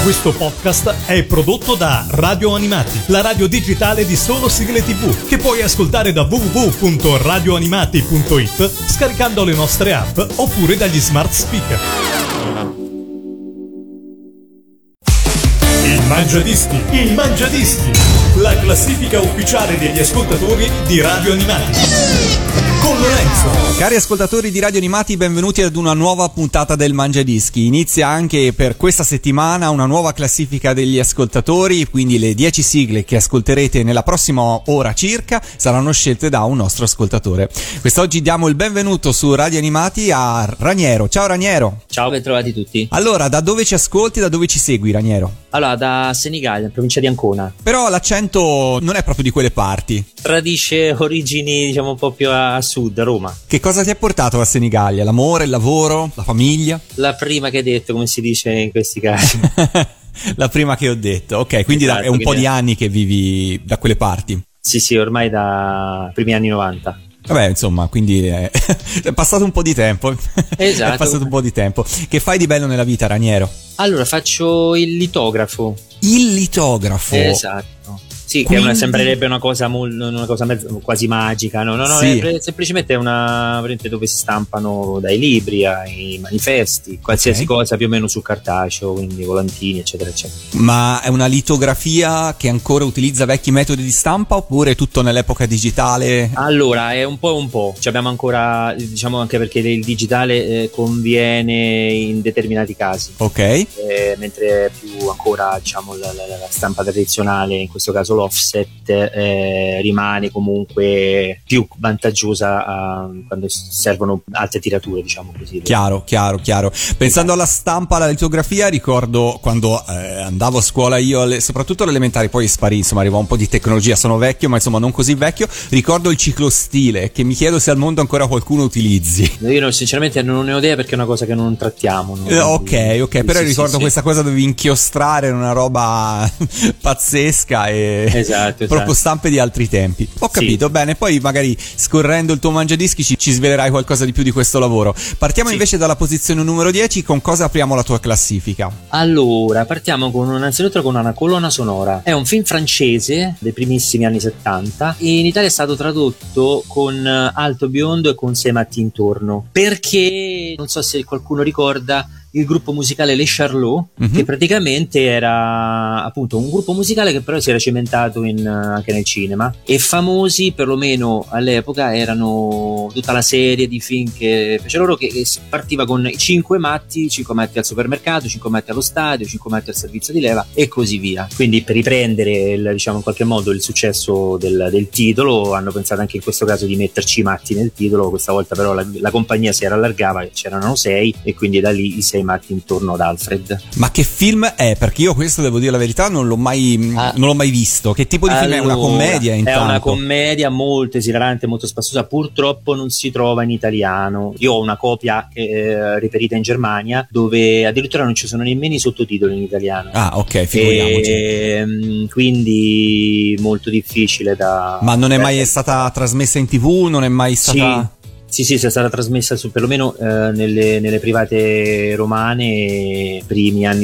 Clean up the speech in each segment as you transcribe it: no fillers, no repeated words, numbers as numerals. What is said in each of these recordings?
Questo podcast è prodotto da Radio Animati, la radio digitale di solo sigle TV, che puoi ascoltare da www.radioanimati.it scaricando le nostre app oppure dagli smart speaker. Il Mangiadischi, la classifica ufficiale degli ascoltatori di Radio Animati. Con Lorenzo. Cari ascoltatori di Radio Animati, benvenuti ad una nuova puntata del Mangiadischi. Inizia anche per questa settimana una nuova classifica degli ascoltatori, quindi le 10 sigle che ascolterete nella prossima ora circa saranno scelte da un nostro ascoltatore. Quest'oggi diamo il benvenuto su Radio Animati a Raniero. Ciao Raniero. Ciao, ben trovati tutti. Allora, da dove ci ascolti, da dove ci segui, Raniero? Allora, da Senigallia, in provincia di Ancona. Però l'accento non è proprio di quelle parti. Tradisce origini, diciamo, un po' più a sud, a Roma. Che cosa ti ha portato a Senigallia? L'amore, il lavoro, la famiglia? La prima che hai detto, come si dice in questi casi. La prima che ho detto, ok, quindi esatto, è un po' di anni che vivi da quelle parti. Sì, ormai da primi anni 90. Vabbè, insomma, quindi è passato un po' di tempo. Esatto. È passato un po' di tempo. Che fai di bello nella vita, Raniero? Allora, faccio il litografo. Il litografo? Esatto. Sì, quindi... che sembrerebbe una cosa quasi magica, no, sì. È semplicemente una dove si stampano dai libri ai manifesti, qualsiasi cosa più o meno su cartaceo, quindi volantini, eccetera, eccetera. Ma è una litografia che ancora utilizza vecchi metodi di stampa oppure è tutto nell'epoca digitale? Allora, è un po'. Ci abbiamo ancora, diciamo, anche perché il digitale conviene in determinati casi. Ok. Mentre più ancora, diciamo, la stampa tradizionale, in questo caso l'offset, rimane comunque più vantaggiosa quando servono alte tirature, diciamo così. Chiaro. Pensando alla stampa, alla litografia, ricordo quando andavo a scuola io, soprattutto alle elementari, poi sparì, insomma, arrivò un po' di tecnologia, sono vecchio, ma insomma non così vecchio, ricordo il ciclostile, che mi chiedo se al mondo ancora qualcuno utilizzi. Io sinceramente non ne ho idea perché è una cosa che non trattiamo. Ok, però ricordo questa cosa dovevi inchiostrare, una roba pazzesca e... Esatto. Proprio stampe di altri tempi. Ho capito, bene. Poi magari scorrendo il tuo Mangiadischi ci svelerai qualcosa di più di questo lavoro. Partiamo invece dalla posizione numero 10. Con cosa apriamo la tua classifica? Allora, partiamo innanzitutto con una colonna sonora. È un film francese dei primissimi anni 70 e in Italia è stato tradotto con Alto Biondo e con Sei matti intorno, perché non so se qualcuno ricorda il gruppo musicale Les Charlots, che praticamente era appunto un gruppo musicale che però si era cimentato anche nel cinema, e famosi perlomeno all'epoca erano tutta la serie di film che fecero loro, che partiva con 5 matti al supermercato, 5 matti allo stadio, 5 matti al servizio di leva e così via. Quindi per riprendere diciamo in qualche modo il successo del titolo hanno pensato anche in questo caso di metterci i matti nel titolo. Questa volta però la compagnia si era allargava, c'erano 6 e quindi da lì i 6 matti intorno ad Alfred. Ma che film è? Perché io questo, devo dire la verità, non l'ho mai visto. Che tipo di film è? Una commedia intanto? È una commedia molto esilarante, molto spassosa. Purtroppo non si trova in italiano. Io ho una copia reperita in Germania dove addirittura non ci sono nemmeno i sottotitoli in italiano. Ah, ok, figuriamoci. Quindi molto difficile da... Ma non è mai stata trasmessa in TV? Non è mai stata... Sì, è stata trasmessa perlomeno nelle private romane primi anni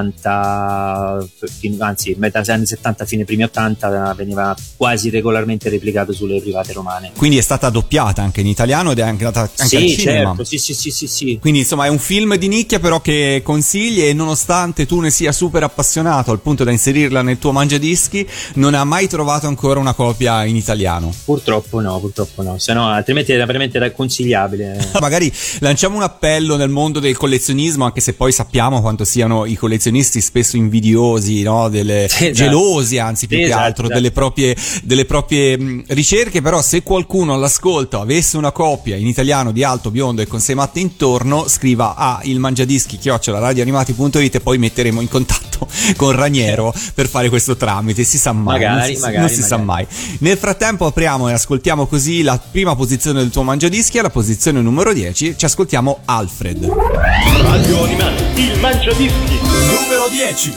70, anzi metà anni 70 fine primi 80, veniva quasi regolarmente replicato sulle private romane. Quindi è stata doppiata anche in italiano ed è anche andata anche al cinema. Certo, sì. Quindi insomma è un film di nicchia però che consigli, e nonostante tu ne sia super appassionato al punto da inserirla nel tuo Mangiadischi, non ha mai trovato ancora una copia in italiano. Purtroppo no, se no altrimenti era veramente consigliabile. Magari lanciamo un appello nel mondo del collezionismo, anche se poi sappiamo quanto siano i collezionisti spesso invidiosi, no? Gelosi, anzi più che altro delle proprie ricerche. Però se qualcuno all'ascolto avesse una copia in italiano di Alto Biondo e con Sei matti intorno, scriva a ilmangiadischi@radioanimati.it e poi metteremo in contatto con Raniero per fare questo tramite. Si sa mai, non si sa mai. Nel frattempo apriamo e ascoltiamo così la prima posizione del tuo Mangiadischi. Alla posizione numero 10 ci ascoltiamo Alfred. Radio Animati, il Mangiadischi numero 10.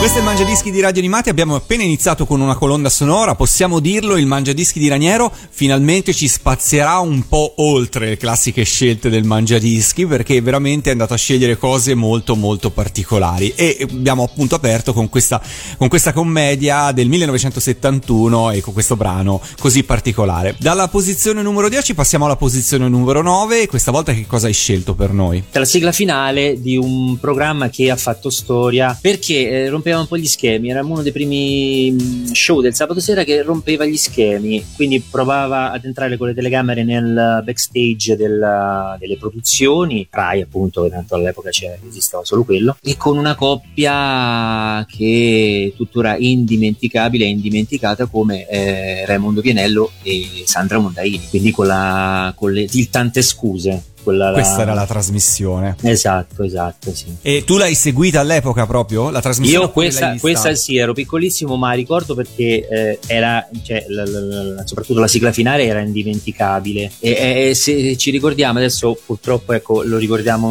Questo è il Mangiadischi di Radio Animati, abbiamo appena iniziato con una colonna sonora, possiamo dirlo, il Mangiadischi di Raniero finalmente ci spazierà un po' oltre le classiche scelte del Mangiadischi, perché veramente è andato a scegliere cose molto molto particolari e abbiamo appunto aperto con questa commedia del 1971 e con questo brano così particolare. Dalla posizione numero 10 passiamo alla posizione numero 9 e questa volta che cosa hai scelto per noi? La sigla finale di un programma che ha fatto storia perché rompeva un po' gli schemi, era uno dei primi show del sabato sera che rompeva gli schemi, quindi provava ad entrare con le telecamere nel backstage delle produzioni Rai, appunto, che tanto all'epoca esisteva solo quello, e con una coppia che tuttora è indimenticabile e indimenticata come Raimondo Vianello e Sandra Mondaini, quindi con il tante scuse. Questa era la trasmissione. Esatto, sì. E tu l'hai seguita all'epoca proprio? La trasmissione? Io questa sì, ero piccolissimo, ma ricordo perché era, soprattutto la sigla finale era indimenticabile. E se ci ricordiamo, adesso purtroppo ecco, lo ricordiamo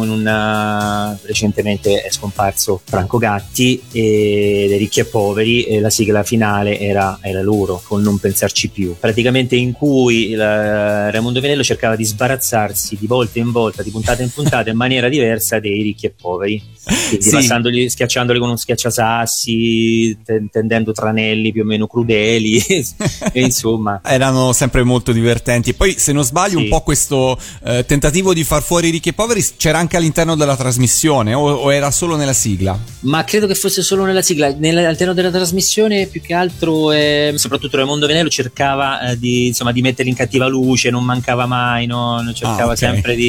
recentemente è scomparso Franco Gatti dei Ricchi e Poveri, e la sigla finale era loro, con Non pensarci più. Praticamente in cui Raimondo Vianello cercava di sbarazzarsi di volta in volta, di puntata in puntata, in maniera diversa dei Ricchi e Poveri, quindi schiacciandoli con un schiacciasassi, tendendo tranelli più o meno crudeli e insomma erano sempre molto divertenti. E poi, se non sbaglio, un po' questo tentativo di far fuori i Ricchi e Poveri c'era anche all'interno della trasmissione o era solo nella sigla? Ma credo che fosse solo nella sigla. All'interno della trasmissione più che altro soprattutto Raimondo Vianello cercava di metterli in cattiva luce, non mancava mai, no? Cercava sempre di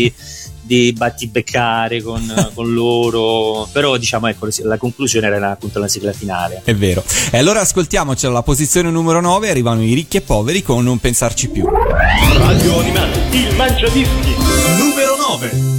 battibeccare con loro, però diciamo ecco la conclusione era appunto la sigla finale. È vero. E allora ascoltiamoci alla posizione numero 9, arrivano i Ricchi e Poveri con Non pensarci più. Radio Animati, il Mangiadischi numero 9.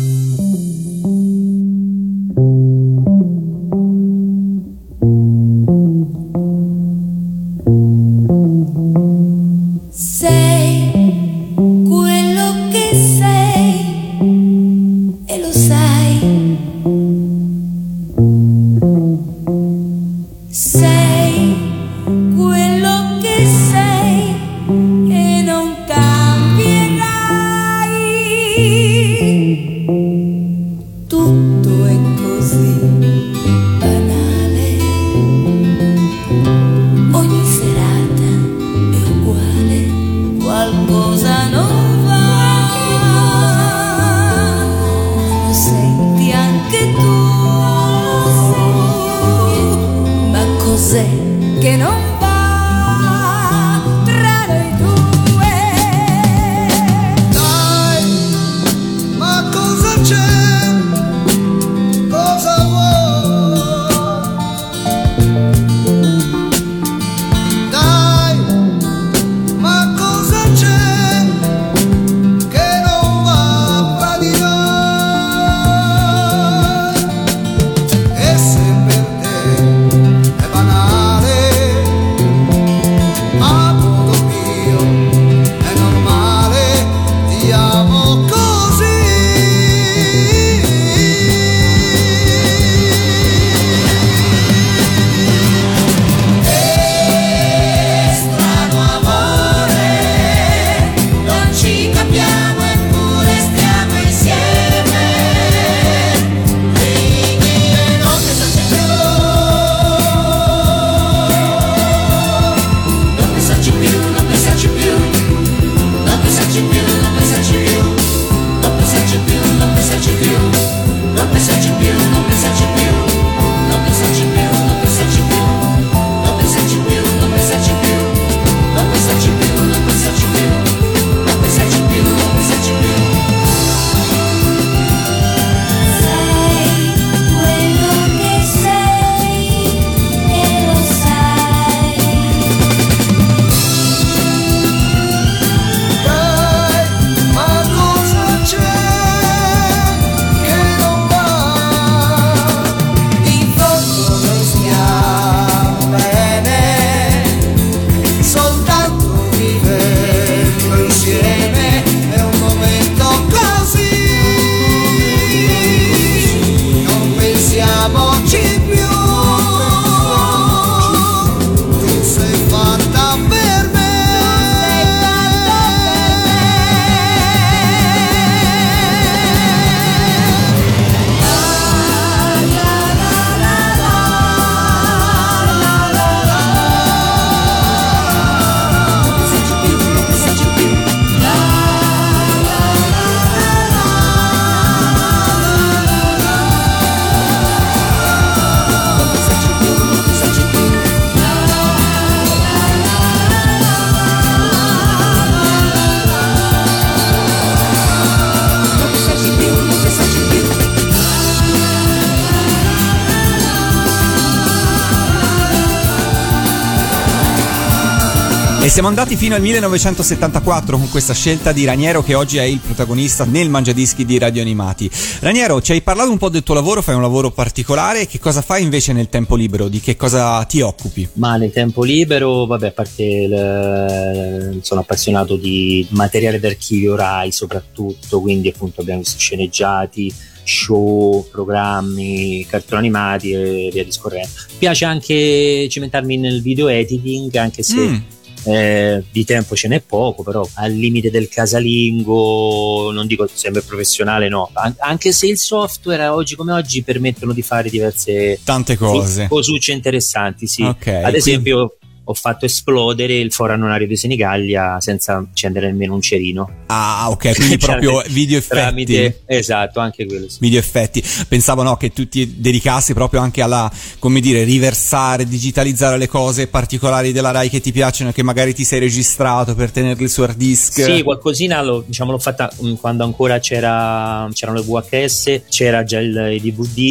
E siamo andati fino al 1974 con questa scelta di Raniero, che oggi è il protagonista nel Mangiadischi di Radio Animati. Raniero, ci hai parlato un po' del tuo lavoro, fai un lavoro particolare, che cosa fai invece nel tempo libero, di che cosa ti occupi? Ma nel tempo libero, vabbè, a parte sono appassionato di materiale d'archivio Rai soprattutto, quindi appunto abbiamo visto sceneggiati, show, programmi, cartoni animati e via discorrendo. Mi piace anche cimentarmi nel video editing, anche se di tempo ce n'è poco, però al limite del casalingo, non dico sempre professionale, no, anche se il software oggi come oggi permettono di fare tante cosucce interessanti, sì. Okay, ad esempio ho fatto esplodere il foro annonario di Senigallia senza accendere nemmeno un cerino. Ah, ok, quindi proprio video effetti. Esatto, anche quello. Sì. Video effetti. Pensavo no, che tu ti dedicassi proprio anche alla, come dire, riversare, digitalizzare le cose particolari della Rai che ti piacciono, che magari ti sei registrato per tenerli su hard disk. Sì, qualcosina l'ho fatta quando ancora c'erano le VHS, c'era già il DVD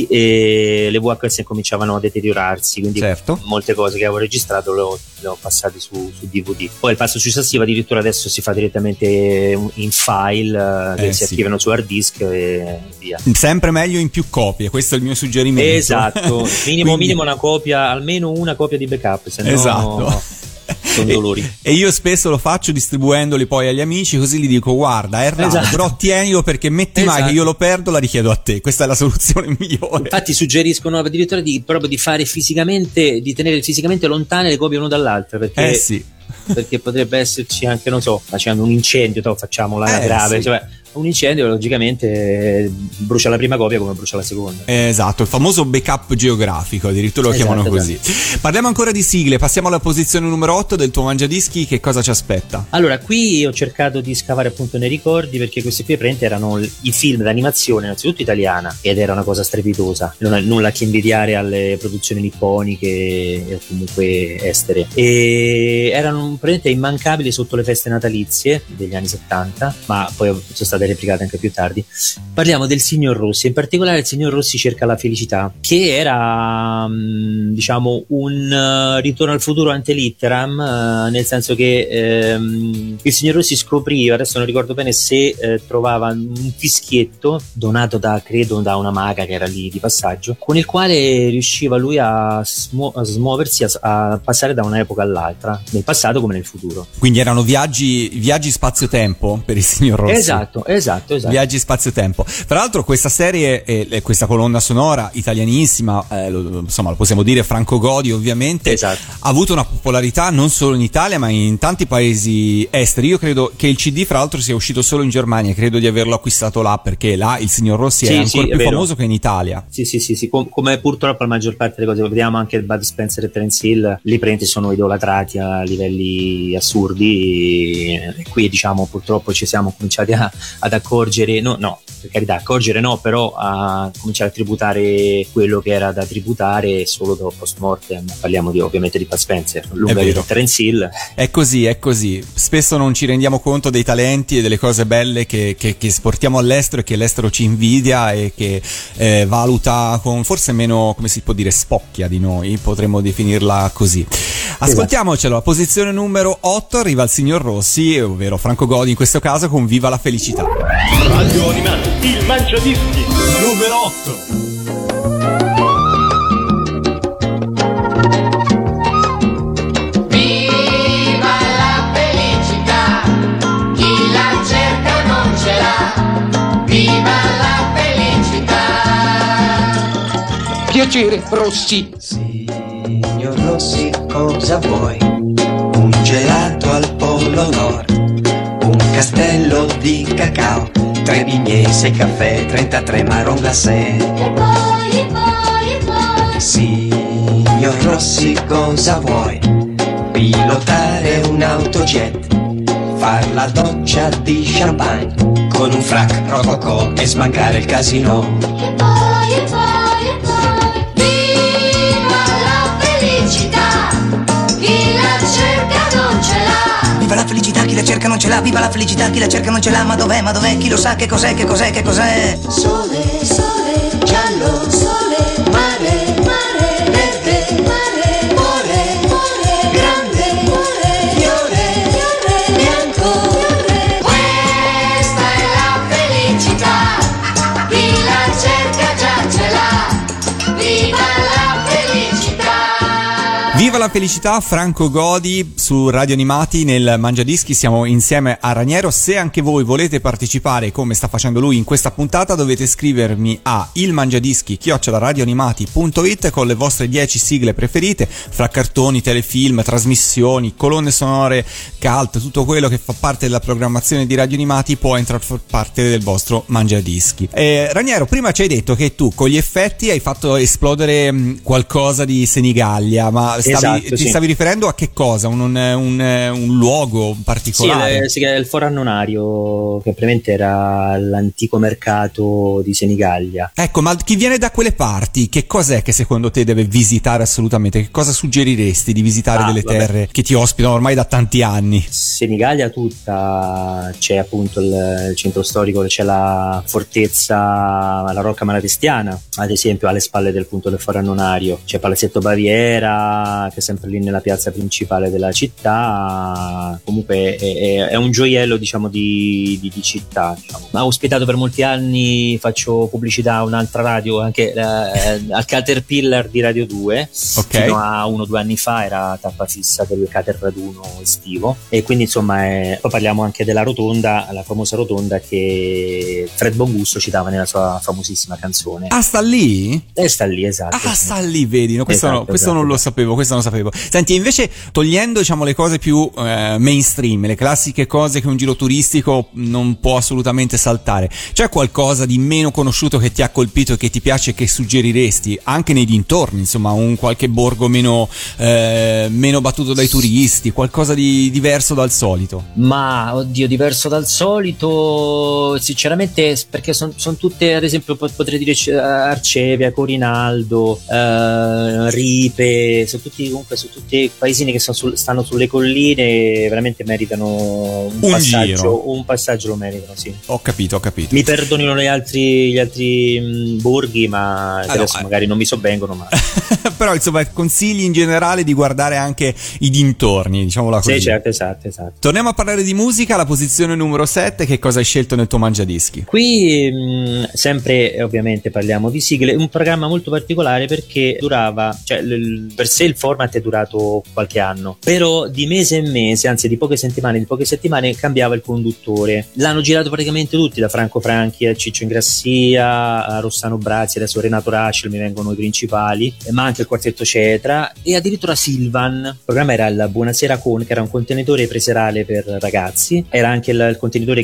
e le VHS cominciavano a deteriorarsi, quindi certo, molte cose che avevo registrato le ho passate su DVD. Poi il passo successivo addirittura adesso si fa direttamente in file che si attivano su hard disk e via. Sempre meglio in più copie, questo è il mio suggerimento. Esatto, minimo una copia, almeno una copia di backup, se no esatto. Sono dolori. E io spesso lo faccio distribuendoli poi agli amici, così gli dico guarda è raro, esatto, però tienilo perché metti mai che io lo perdo, la richiedo a te. Questa è la soluzione migliore. Infatti suggeriscono addirittura proprio di fare fisicamente, di tenere fisicamente lontane le copie l'una dall'altra, perché sì, perché potrebbe esserci anche, non so, facendo un incendio, facciamo la grave, sì, cioè un incendio logicamente brucia la prima copia come brucia la seconda. Esatto, il famoso backup geografico, addirittura lo chiamano così. Parliamo ancora di sigle, passiamo alla posizione numero 8 del tuo Mangiadischi. Che cosa ci aspetta? Allora, qui ho cercato di scavare appunto nei ricordi, perché questi qui erano i film d'animazione innanzitutto italiana, ed era una cosa strepitosa, nulla a che invidiare alle produzioni nipponiche o comunque estere, e erano praticamente immancabili sotto le feste natalizie degli anni 70, ma poi sono state replicate anche più tardi. Parliamo del Signor Rossi, in particolare il Signor Rossi cerca la felicità, che era diciamo un ritorno al futuro ante litteram, nel senso che il Signor Rossi scopriva, adesso non ricordo bene se trovava un fischietto donato da una maga che era lì di passaggio, con il quale riusciva lui a smuoversi, a passare da un'epoca all'altra, nel passato come nel futuro. Quindi erano viaggi spazio-tempo per il Signor Rossi. Esatto. Viaggi spazio-tempo. Tra l'altro questa serie e questa colonna sonora italianissima, insomma lo possiamo dire, Franco Godi ovviamente, esatto, ha avuto una popolarità non solo in Italia ma in tanti paesi esteri. Io credo che il CD fra l'altro sia uscito solo in Germania, credo di averlo acquistato là, perché là il Signor Rossi è ancora più famoso che in Italia. Sì, come purtroppo la maggior parte delle cose, vediamo anche Bud Spencer e Terence Hill, li prenti sono idolatrati a livelli assurdi, e qui diciamo purtroppo ci siamo cominciati ad accorgere, no, per carità, accorgere no, però a cominciare a tributare quello che era da tributare solo dopo post mortem. Parliamo ovviamente di Bud Spencer, lunga vita Terence Hill. È così, spesso non ci rendiamo conto dei talenti e delle cose belle che esportiamo all'estero e che l'estero ci invidia e che valuta con forse meno, come si può dire, spocchia di noi, potremmo definirla così. Ascoltiamocelo, a posizione numero 8 arriva il Signor Rossi, ovvero Franco Godi in questo caso, con Viva la felicità. Radio Animati, il Mangiadischi numero 8. Piacere, Rossi. Signor Rossi, cosa vuoi? Un gelato al Polo Nord, un castello di cacao, 3 bignè, 6 caffè, 33 marron glacé. E poi. Signor Rossi, cosa vuoi? Pilotare un autojet, far la doccia di champagne, con un frac rococò e smancare il casino. E poi. Viva la felicità, chi la cerca non ce l'ha. Viva la felicità, chi la cerca non ce l'ha. Ma dov'è, chi lo sa, che cos'è? Sole, giallo, sole, mare, verde, mare, cuore, grande, fiore, Viva la felicità, Franco Godi su Radio Animati nel Mangiadischi, siamo insieme a Raniero. Se anche voi volete partecipare come sta facendo lui in questa puntata, dovete scrivermi a ilmangiadischi@radioanimati.it con le vostre 10 sigle preferite, fra cartoni, telefilm, trasmissioni, colonne sonore, cult, tutto quello che fa parte della programmazione di Radio Animati può entrare a far parte del vostro Mangiadischi. Raniero, prima ci hai detto che tu con gli effetti hai fatto esplodere qualcosa di Senigallia, ma Esatto, ti stavi riferendo a che cosa? Un luogo particolare? Sì, il Foro Annonario, che praticamente era l'antico mercato di Senigallia. Ecco, ma chi viene da quelle parti, che cos'è che secondo te deve visitare assolutamente? Che cosa suggeriresti di visitare delle terre che ti ospitano ormai da tanti anni? Senigallia tutta, c'è appunto il centro storico, c'è la fortezza, la Rocca Malatestiana, ad esempio alle spalle del Foro Annonario, c'è Palazzetto Baviera, che è sempre lì nella piazza principale della città. Comunque è un gioiello, diciamo, di città, diciamo. Ha ospitato per molti anni, faccio pubblicità a un'altra radio, anche al Caterpillar di Radio 2, okay. Fino a 1 o 2 anni fa era tappa fissa del Cater Raduno estivo, e quindi insomma poi parliamo anche della rotonda, la famosa rotonda che Fred Bongusto citava nella sua famosissima canzone. Ah, sta lì? Sta lì, esatto. Ah, sta lì, vedi, no, questo non lo sapevo. Questo non sapevo. Senti, invece, togliendo, diciamo, le cose più mainstream, le classiche cose che un giro turistico non può assolutamente saltare, c'è qualcosa di meno conosciuto che ti ha colpito e che ti piace, che suggeriresti anche nei dintorni, insomma, un qualche borgo meno battuto dai turisti, qualcosa di diverso dal solito? Ma oddio, diverso dal solito sinceramente, perché sono tutte, ad esempio potrei dire Arcevia, Corinaldo, Ripe, sono tutti paesini che stanno sulle colline, veramente meritano un passaggio lo meritano, sì. Ho capito. Mi perdonino gli altri borghi, ma adesso magari non mi sovvengono, ma però insomma consigli in generale di guardare anche i dintorni, diciamola così. Sì, certo, esatto. Torniamo a parlare di musica, la posizione numero 7, che cosa hai scelto nel tuo Mangiadischi? Qui sempre ovviamente parliamo di sigle, un programma molto particolare perché durava, cioè per sé il format è durato qualche anno, però di mese in mese, anzi di poche settimane cambiava il conduttore. L'hanno girato praticamente tutti, da Franco Franchi a Ciccio Ingrassia a Rossano Brazzi, adesso Renato Rachel mi vengono i principali, ma anche il quartetto Cetra e addirittura Silvan. Il programma era il Buonasera Con, che era un contenitore preserale per ragazzi, era anche il contenitore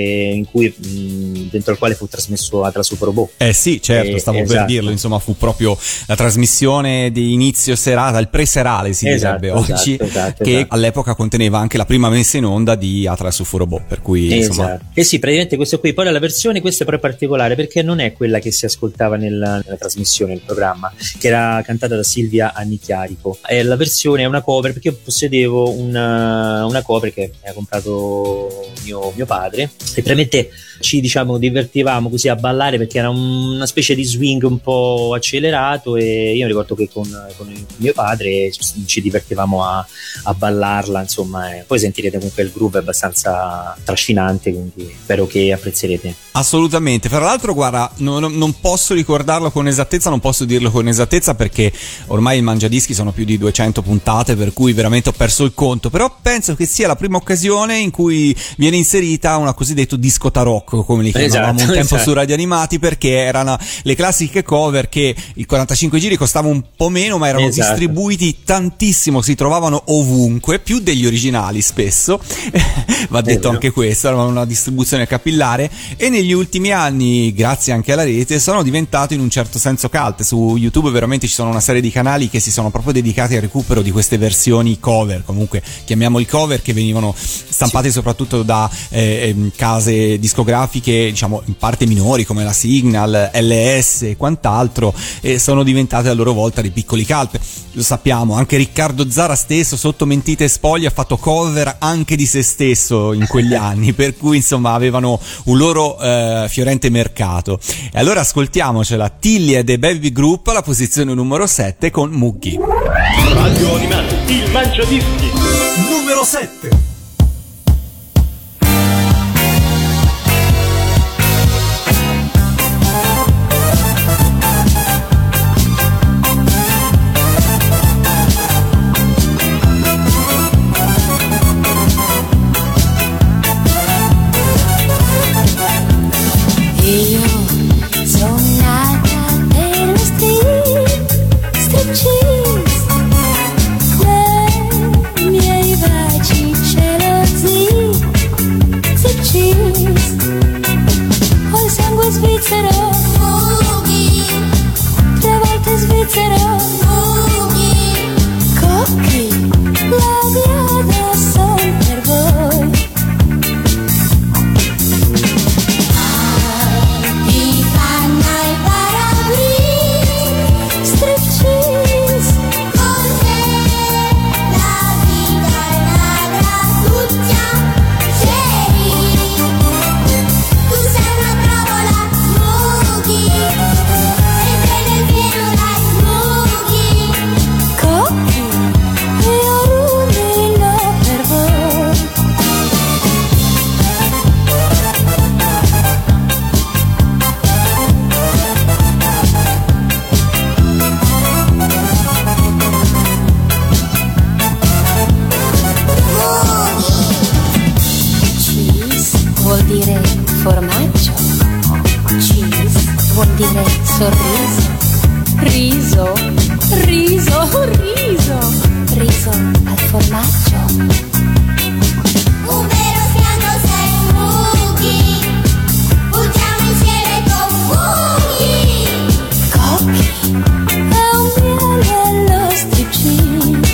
dentro il quale fu trasmesso Atlas Robot. Sì, certo, stavo per dirlo, insomma fu proprio la trasmissione di inizio serata, il preserale si direbbe oggi, che all'epoca conteneva anche la prima messa in onda di Atlas Robot, per cui insomma. Sì, praticamente questo qui, poi la versione, questa è però particolare perché non è quella che si ascoltava nella trasmissione, nel programma, che era cantata da Silvia Annichiarico. La versione è una cover, perché io possedevo una cover che mi ha comprato mio padre, e praticamente ci divertivamo così a ballare, perché era una specie di swing un po' accelerato, e io mi ricordo che con mio padre ci divertivamo a ballarla, insomma, e poi sentirete comunque il groove è abbastanza trascinante, quindi spero che apprezzerete. Assolutamente. Fra l'altro, guarda, non posso ricordarlo con esattezza, non posso dirlo con esattezza perché ormai il Mangiadischi sono più di 200 puntate, per cui veramente ho perso il conto, però penso che sia la prima occasione in cui viene inserita una cosiddetta disco tarocco, come li chiamavamo un tempo su Radio Animati, perché erano le classiche cover che il 45 giri costava un po' meno, ma erano distribuiti tantissimo, si trovavano ovunque, più degli originali spesso, va detto anche questo, era una distribuzione capillare, e negli ultimi anni, grazie anche alla rete, sono diventato in un certo senso cult. Su YouTube veramente ci sono una serie di canali che si sono proprio dedicati al recupero di queste versioni cover, comunque chiamiamoli cover, che venivano stampate soprattutto da case discografiche, diciamo in parte minori come la Signal, LS e quant'altro, e sono diventate a loro volta dei piccoli cult. Lo sappiamo, anche Riccardo Zara stesso sotto Mentite e Spoglie ha fatto cover anche di se stesso in quegli anni, per cui insomma avevano un loro fiorente mercato. E allora ascoltiamocela, Tilly e The Baby Group, alla posizione numero 7 con Muggy. Radio Animati, il Mangiadischi numero 7. sangue svizzero, fughi, 3 volte svizzero, fughi, cocchi, la diada son per voi. Alti panna e parabris, strip cheese, con te la vita è una grattugia, Sherry, tu sei una travola, Smokey, sempre nel pieno dai Smokey, cocchi, io rumino per voi. Cheese vuol dire formaggio, cheese vuol dire sorriso, riso, riso, riso, riso al formaggio. Un vero fianco sei funghi, buttiamo insieme con funghi, cocchi, è un miele allo strip cheese.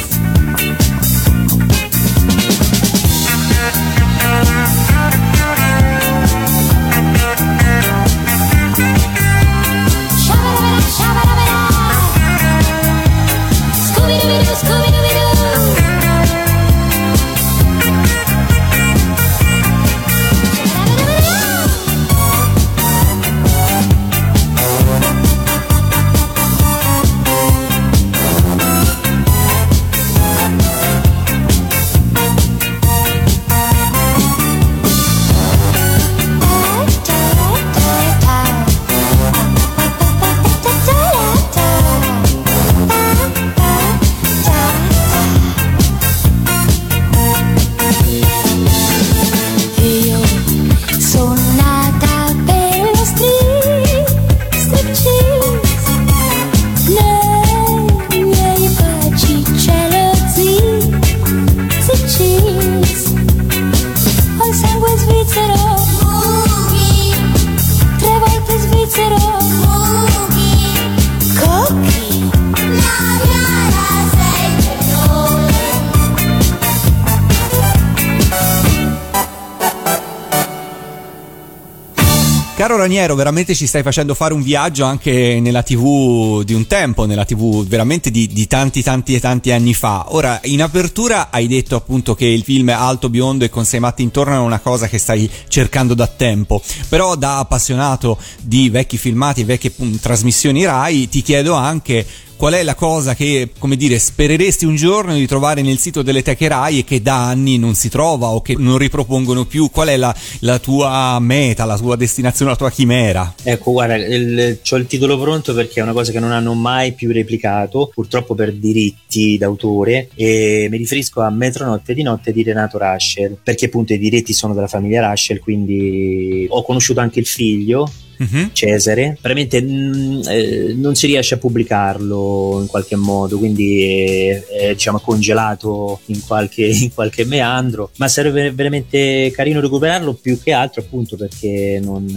Shabarabara, shabarabara, Scooby-Doo, Scooby-Doo. Io sono nata per lo strip cheese, nei miei baci c'è lo cheese, ho il sangue svizzero, funghi, 3 volte svizzero, funghi, cocchi, la gara sei per noi. Caro Raniero, veramente ci stai facendo fare un viaggio anche nella TV di un tempo, nella TV veramente di tanti anni fa. Ora, in apertura hai detto appunto che il film Alto, biondo e con sei matti intorno è una cosa che stai cercando da tempo, però da appassionato di vecchi filmati e vecchie trasmissioni Rai ti chiedo anche qual è la cosa che, come dire, spereresti un giorno di trovare nel sito delle teche Rai e che da anni non si trova o che non ripropongono più? Qual è la tua meta, la tua destinazione, la tua chimera? Ecco, guarda, c'ho il titolo pronto perché è una cosa che non hanno mai più replicato, purtroppo per diritti d'autore, e mi riferisco a Metronotte di notte di Renato Rascel, perché appunto i diritti sono della famiglia Rascel, quindi ho conosciuto anche il figlio, Cesare. Veramente non si riesce a pubblicarlo in qualche modo, quindi diciamo congelato in qualche meandro, ma sarebbe veramente carino recuperarlo, più che altro appunto perché non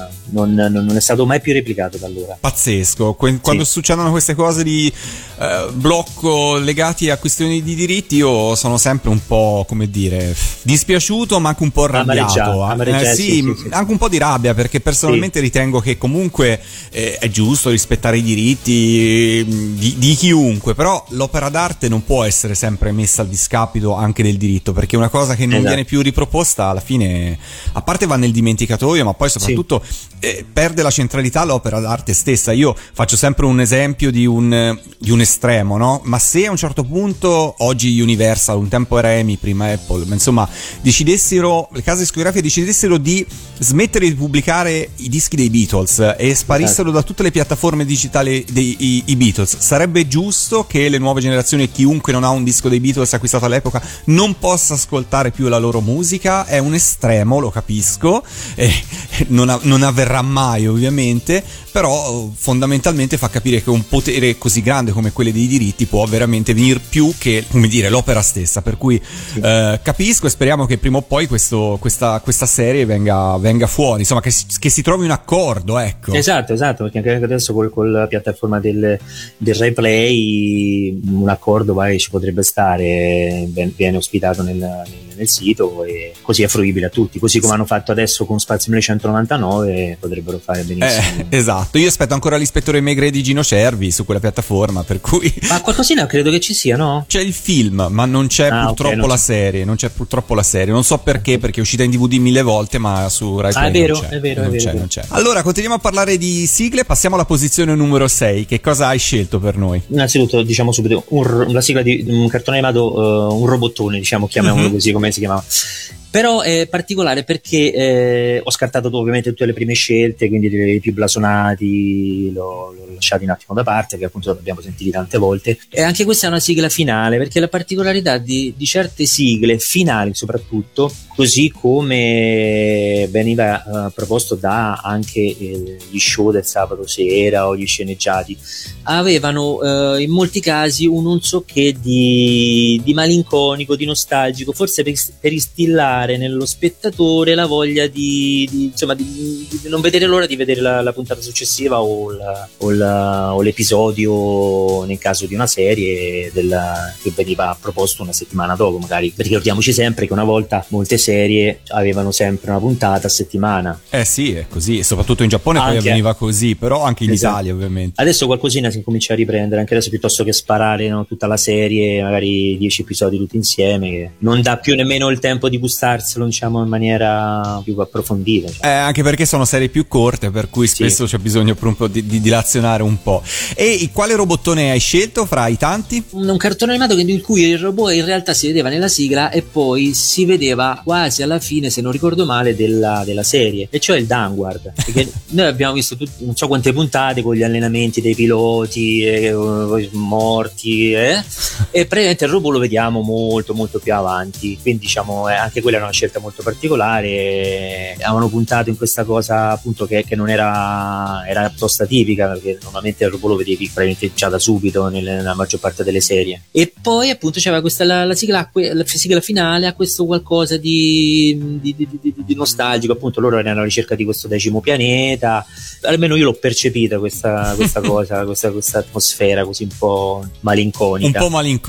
è stato mai più replicato da allora. Pazzesco. Quando succedono queste cose di blocco legati a questioni di diritti, io sono sempre un po', come dire, dispiaciuto ma anche un po' arrabbiato. Sì, anche un po' di rabbia, perché personalmente ritengo che comunque è giusto rispettare i diritti di chiunque, però l'opera d'arte non può essere sempre messa a discapito anche del diritto, perché una cosa che non viene più riproposta alla fine, a parte va nel dimenticatoio, ma poi soprattutto perde la centralità l'opera d'arte stessa. Io faccio sempre un esempio di un estremo, no? Ma se a un certo punto oggi Universal, un tempo era EMI, prima Apple, ma insomma le case discografiche decidessero di smettere di pubblicare i dischi dei Beatles e sparissero da tutte le piattaforme digitali dei Beatles, sarebbe giusto che le nuove generazioni e chiunque non ha un disco dei Beatles acquistato all'epoca non possa ascoltare più la loro musica? È un estremo, lo capisco, non avverrà avverrà mai ovviamente, però fondamentalmente fa capire che un potere così grande come quello dei diritti può veramente venire più che, come dire, l'opera stessa, per cui capisco e speriamo che prima o poi questa serie venga fuori, insomma che si trovi un accordo, ecco. Esatto, perché anche adesso con la piattaforma del Rai Play un accordo ci potrebbe stare, viene ospitato nel sito e così è fruibile a tutti, così come hanno fatto adesso con Spazio 1999 potrebbero fare benissimo. Esatto, io aspetto ancora l'ispettore Maigret di Gino Cervi su quella piattaforma, per cui ma qualcosina credo che ci sia, no? C'è il film, ma non c'è purtroppo la serie, non so perché è uscita in DVD 1000 volte, ma su Rai Play non c'è. Allora continuiamo a parlare di sigle, passiamo alla posizione numero 6. Che cosa hai scelto per noi? Innanzitutto diciamo subito la sigla di un cartone animato, un robottone, diciamo, chiamiamolo così, come si chiamava. Però è particolare perché ho scartato ovviamente tutte le prime scelte, quindi i più blasonati l'ho lasciati un attimo da parte, che appunto abbiamo sentito tante volte. E anche questa è una sigla finale, perché la particolarità di certe sigle finali soprattutto, così come veniva proposto da anche gli show del sabato sera o gli sceneggiati, avevano in molti casi un non so che di malinconico, di nostalgico, forse per instillare nello spettatore la voglia di non vedere l'ora di vedere la puntata successiva o l'episodio, nel caso di una serie che veniva proposto una settimana dopo magari, perché ricordiamoci sempre che una volta molte serie avevano sempre una puntata a settimana. Sì, è così, soprattutto in Giappone poi avveniva così, però anche in Italia ovviamente. Adesso qualcosina si comincia a riprendere, anche adesso, piuttosto che sparare tutta la serie, magari 10 episodi tutti insieme, che non dà più nemmeno il tempo di gustarselo, diciamo, in maniera più approfondita, cioè. Anche perché sono serie più corte, per cui spesso c'è bisogno proprio di dilazionare un po'. E quale robottone hai scelto fra i tanti? Un cartone animato in cui il robot in realtà si vedeva nella sigla e poi si vedeva quasi alla fine, se non ricordo male, della serie, e cioè il Danguard, perché noi abbiamo visto non so quante puntate con gli allenamenti dei piloti morti e praticamente il robot lo vediamo molto molto più avanti, quindi diciamo anche quella era una scelta molto particolare. Avevano puntato in questa cosa appunto che non era piuttosto tipica, perché normalmente il robot lo vedevi praticamente già da subito nella maggior parte delle serie. E poi appunto c'era questa la sigla finale, a questo qualcosa di nostalgico, appunto loro erano alla ricerca di questo 10° pianeta, almeno io l'ho percepita questa cosa, questa atmosfera così un po' malinconica.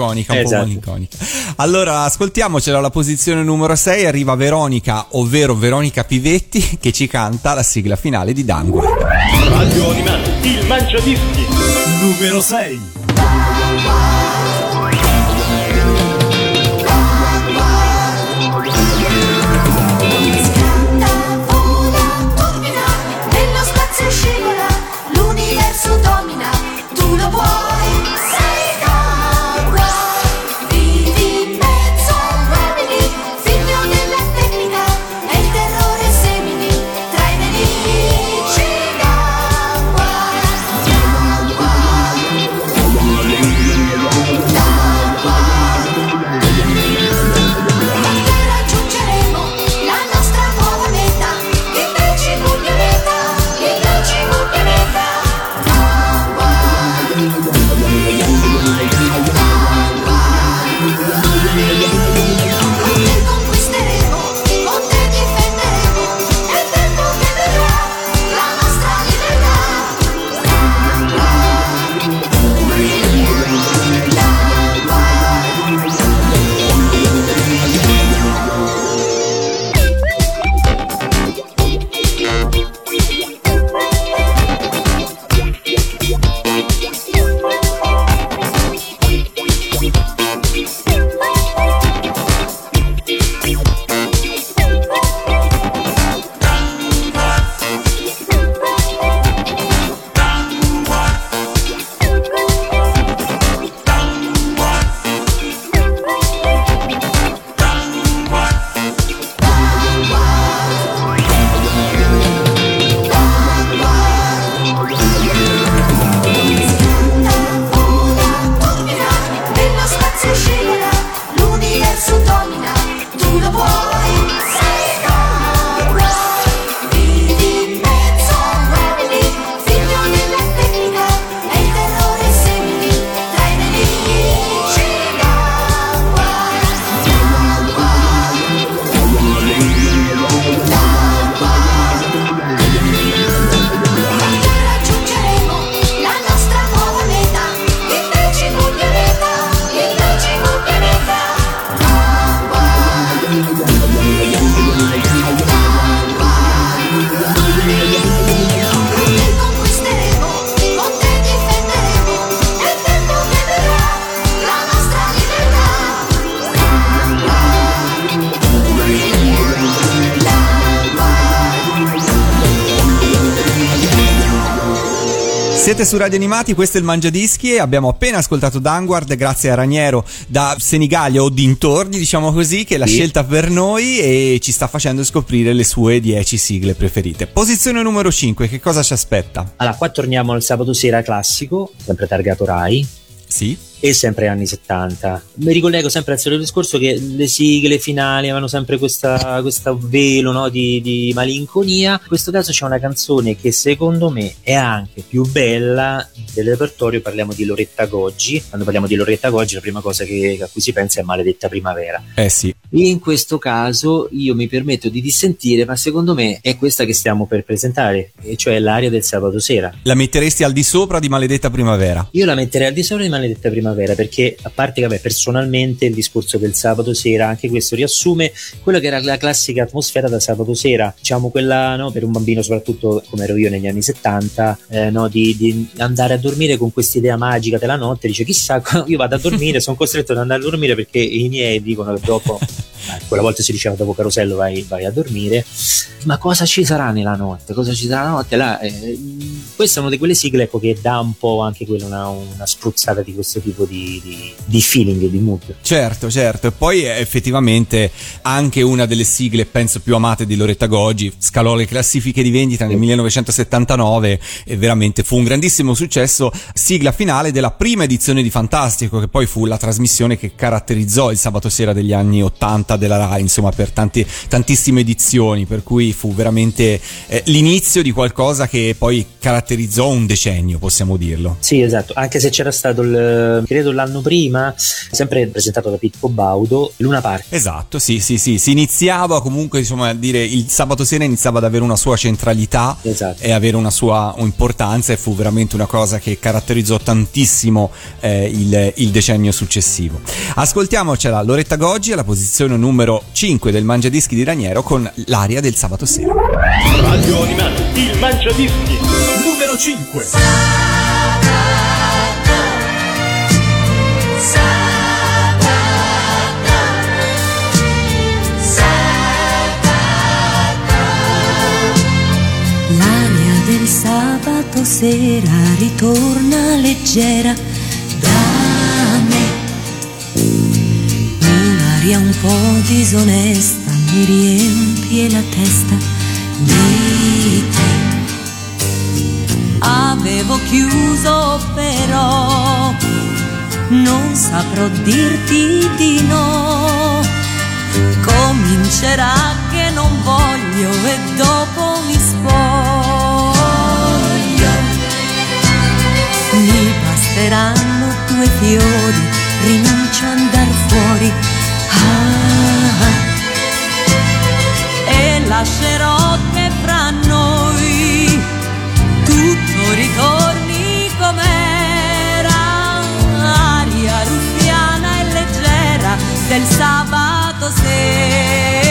Allora ascoltiamocela, alla posizione numero 6 arriva Veronica, ovvero Veronica Pivetti, che ci canta la sigla finale di Danguard. Radio Animati, il Mangiadischi numero 6. Scivola, l'universo domina, tu lo puoi, sei Danguard, vivi in mezzo a uomini, figlio della tecnica, e il terrore semini, tra i nemici Danguard. Siete su Radio Animati, questo è il Mangiadischi e abbiamo appena ascoltato Danguard grazie a Raniero da Senigallia o dintorni, diciamo così, che l'ha scelta per noi e ci sta facendo scoprire le sue 10 sigle preferite. Posizione numero 5, che cosa ci aspetta? Allora, qua torniamo al sabato sera classico, sempre targato Rai. Sì. E sempre anni 70. Mi ricollego sempre al solito discorso che le sigle finali avevano sempre questo velo, no, di malinconia. In questo caso c'è una canzone che secondo me è anche più bella del repertorio. Parliamo di Loretta Goggi. Quando parliamo di Loretta Goggi la prima cosa a cui si pensa è Maledetta Primavera. Sì. In questo caso io mi permetto di dissentire, ma secondo me è questa che stiamo per presentare, e cioè l'aria del sabato sera. La metteresti al di sopra di Maledetta Primavera? Io la metterei al di sopra di Maledetta Primavera, perché a parte che personalmente il discorso del sabato sera, anche questo riassume quello che era la classica atmosfera da sabato sera, diciamo quella, no, per un bambino soprattutto come ero io negli anni 70, no, di andare a dormire con quest'idea magica della notte. Dice chissà, io vado a dormire, sono costretto ad andare a dormire perché i miei dicono che dopo quella volta si diceva dopo Carosello vai a dormire, ma cosa ci sarà nella notte? Cosa ci sarà la notte? Là, questa è una di quelle sigle, ecco, che dà un po' anche quella una spruzzata di questo tipo di feeling, di mood. Certo, e poi è effettivamente anche una delle sigle penso più amate di Loretta Goggi, scalò le classifiche di vendita nel 1979 e veramente fu un grandissimo successo, sigla finale della prima edizione di Fantastico, che poi fu la trasmissione che caratterizzò il sabato sera degli anni 80 della Rai, insomma, per tantissime edizioni, per cui fu veramente l'inizio di qualcosa che poi caratterizzò un decennio, possiamo dirlo. Sì, esatto, anche se c'era stato credo l'anno prima, sempre presentato da Pippo Baudo, Luna Park. Esatto, sì, si iniziava comunque, insomma, a dire, il sabato sera iniziava ad avere una sua centralità, esatto, e avere una sua importanza, e fu veramente una cosa che caratterizzò tantissimo il decennio successivo. Ascoltiamocela Loretta Goggi alla posizione numero 5 del Mangiadischi di Raniero con l'aria del sabato sera. Radio Animati, il Mangiadischi numero 5. L'aria del sabato sera ritorna leggera da me, un'aria un po' disonesta mi riempie la testa di te. Avevo chiuso però non saprò dirti di no, comincerà che non voglio e dopo mi spoglio. Mi basteranno 2 fiori, rinuncio a andar fuori, e lascerò che fra noi tutto ritorni com'era, aria ruffiana e leggera del sabato sera.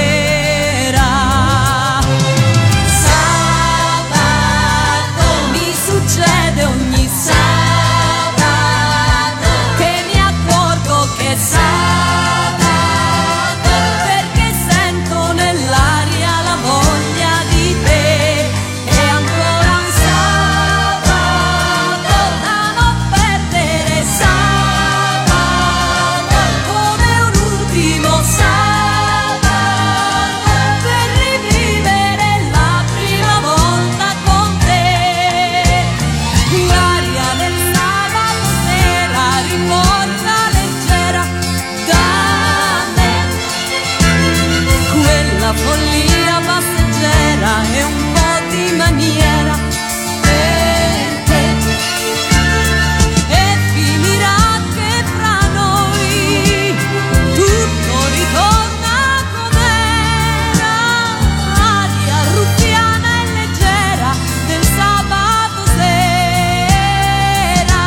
Sabato mi succede ogni sabato che mi accorgo che è sabato, perché sento nell'aria la voglia di te, e ancora un sabato da non perdere, sabato come un ultimo sabato per rivivere la prima volta con te. L'aria del sabato sera riporta leggera da me quella follia passeggera e un po' di maniera per te, e finirà che fra noi tutto ritorna com'era, aria ruffiana e leggera del sabato sera.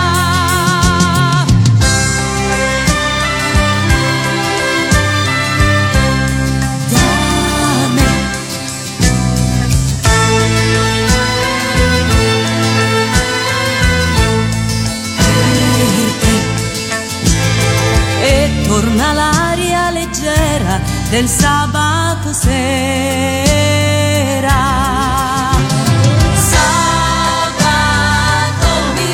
Da me e torna l'aria leggera del sabato sera. Sabato mi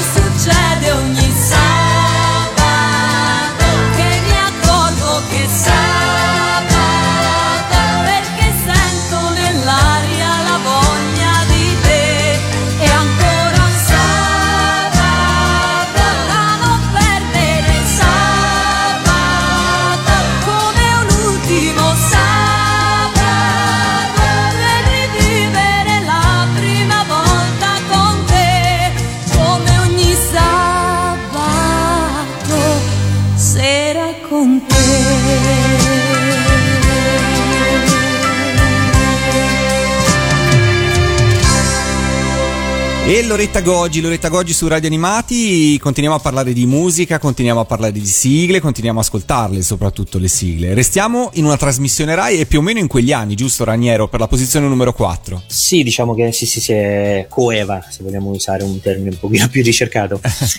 sera con te. E Loretta Goggi su Radio Animati, continuiamo a parlare di musica, continuiamo a parlare di sigle, continuiamo a ascoltarle, soprattutto le sigle. Restiamo in una trasmissione Rai e più o meno in quegli anni, giusto Raniero, per la posizione numero 4? Sì, diciamo che sì, è coeva, se vogliamo usare un termine un pochino più ricercato.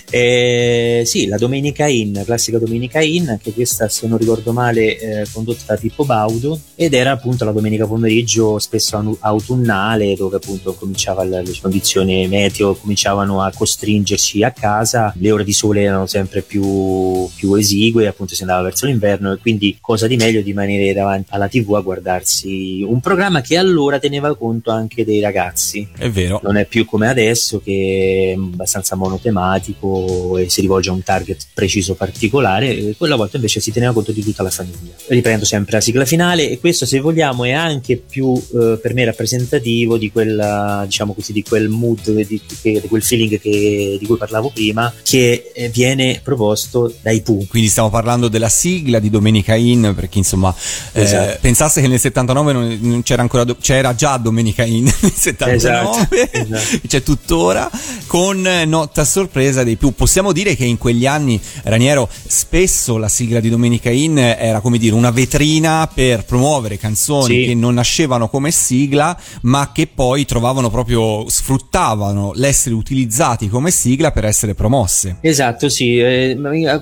Sì, la Domenica In, classica Domenica In, anche questa, se non ricordo male, condotta da Pippo Baudo, ed era appunto la domenica pomeriggio, spesso autunnale, dove appunto cominciava le condizioni meteo cominciavano a costringerci a casa, le ore di sole erano sempre più esigue, appunto si andava verso l'inverno, e quindi cosa di meglio di rimanere davanti alla TV a guardarsi un programma che allora teneva conto anche dei ragazzi. È vero, non è più come adesso, che è abbastanza monotematico e si rivolge a un target preciso particolare. Quella volta invece si teneva conto di tutta la famiglia. Riprendo sempre la sigla finale, e questo, se vogliamo, è anche più per me rappresentativo di quella, diciamo così, di quel mood, di quel feeling di cui parlavo prima, che viene proposto dai Pooh. Quindi stiamo parlando della sigla di Domenica In, perché insomma esatto. Pensasse che nel 79 non c'era ancora c'era già Domenica In nel 79, esatto. C'è tuttora, con Notte a sorpresa dei Pooh. Possiamo dire che in quegli anni, Raniero, spesso la sigla di Domenica In era, come dire, una vetrina per promuovere canzoni che non nascevano come sigla, ma che poi sfruttavano l'essere utilizzati come sigla per essere promosse. Esatto, sì. A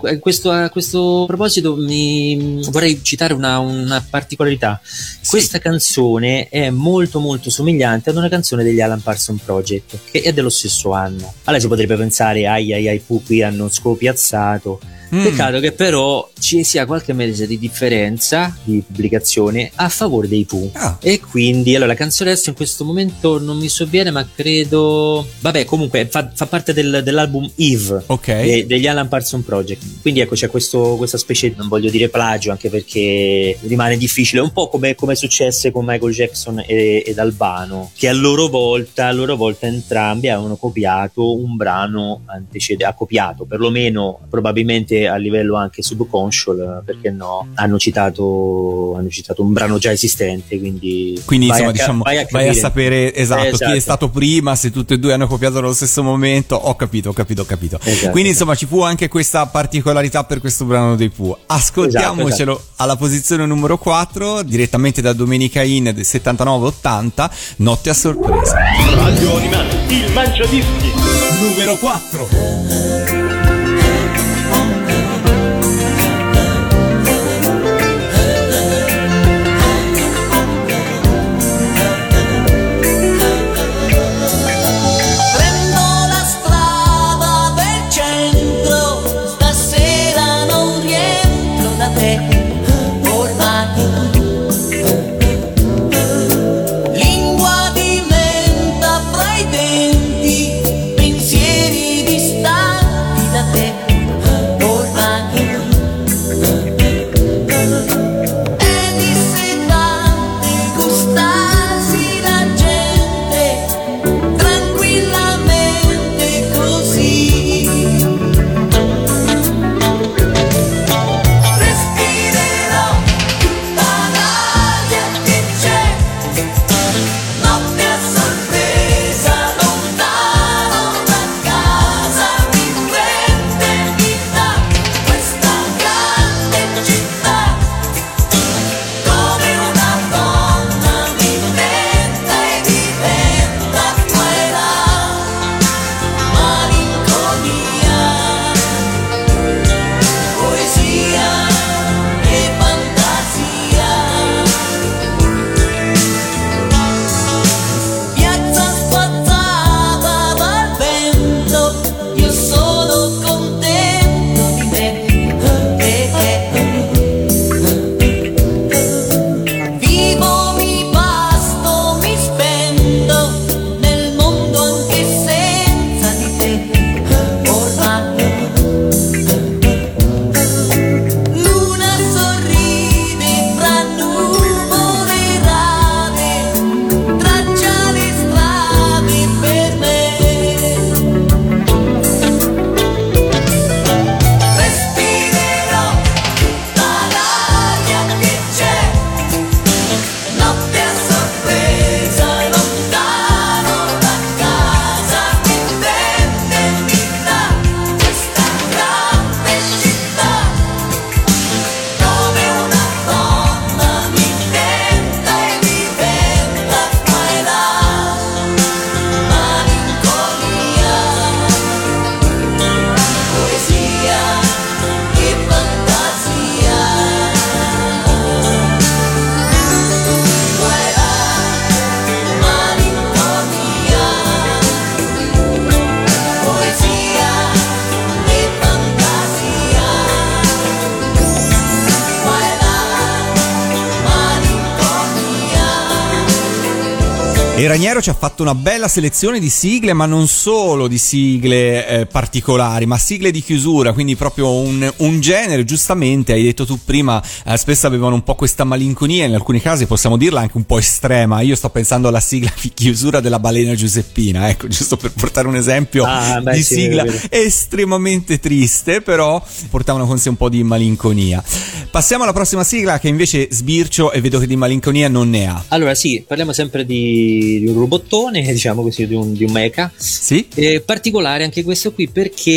questo proposito vorrei citare una particolarità. Questa canzone è molto molto somigliante ad una canzone degli Alan Parsons Project, che è dello stesso anno. Allora si potrebbe pensare ai Pooh qui hanno scopiazzato. Peccato che però ci sia qualche mese di differenza di pubblicazione a favore dei Pooh. E quindi allora la canzone adesso in questo momento non mi sovviene, ma credo, vabbè, comunque fa parte dell'album Eve, degli Alan Parsons Project. Quindi ecco, c'è questa specie, non voglio dire plagio, anche perché rimane difficile, un po' come successe con Michael Jackson ed Albano, che a loro volta entrambi avevano copiato un brano antecedente, perlomeno probabilmente a livello anche subconscio, perché no, hanno citato un brano già esistente, quindi insomma vai a sapere esatto chi è stato prima, se tutti e due hanno copiato nello stesso momento. Ho capito. Esatto. Quindi insomma ci fu anche questa particolarità per questo brano dei Pooh. Ascoltiamocelo alla posizione numero 4, direttamente da Domenica In del 79-80, Notte a sorpresa. Radio Animati, il Mangiadischi numero 4. Lingua diventa fra i denti, pensieri distanti da te, ormai. È dissetante gustarsi la gente, tranquillamente così. Respira E Raniero ci ha fatto una bella selezione di sigle, ma non solo di sigle particolari, ma sigle di chiusura, quindi proprio un genere. Giustamente hai detto tu prima, spesso avevano un po' questa malinconia, in alcuni casi possiamo dirla anche un po' estrema. Io sto pensando alla sigla di chiusura della Balena Giuseppina, ecco, giusto per portare un esempio di sì, sigla vero. estremamente triste, però portavano con sé un po' di malinconia. Passiamo alla prossima sigla, che invece sbircio e vedo che di malinconia non ne ha. Allora sì, parliamo sempre di un robottone, diciamo così, di un mecha. Sì? Particolare anche questo qui,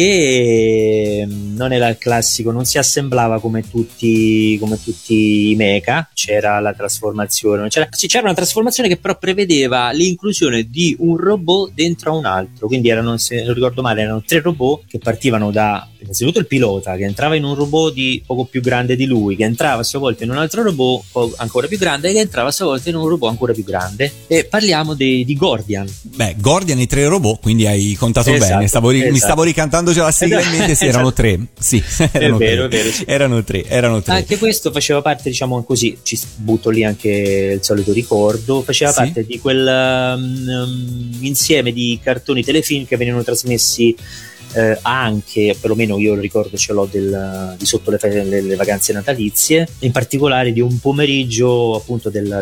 perché non era il classico, non si assemblava come tutti i mecha. C'era la trasformazione, c'era una trasformazione che però prevedeva l'inclusione di un robot dentro a un altro. Quindi erano, se non ricordo male, erano 3 robot che partivano da innanzitutto il pilota, che entrava in un robot di poco più grande di lui, che entrava a sua volta in un altro robot ancora più grande, che entrava a sua volta in un robot ancora più grande. E parliamo di Gordian. Beh, Gordian, i 3 robot, quindi hai contato Esatto, bene. Mi stavo ricantando già la sigla in mente, sì, erano 3. Sì, erano è vero, sì. Erano 3. Anche questo faceva parte, diciamo così, ci butto lì anche il solito ricordo, faceva parte di quel insieme di cartoni telefilm che venivano trasmessi anche, perlomeno io ricordo, ce l'ho di sotto le vacanze natalizie, in particolare di un pomeriggio appunto del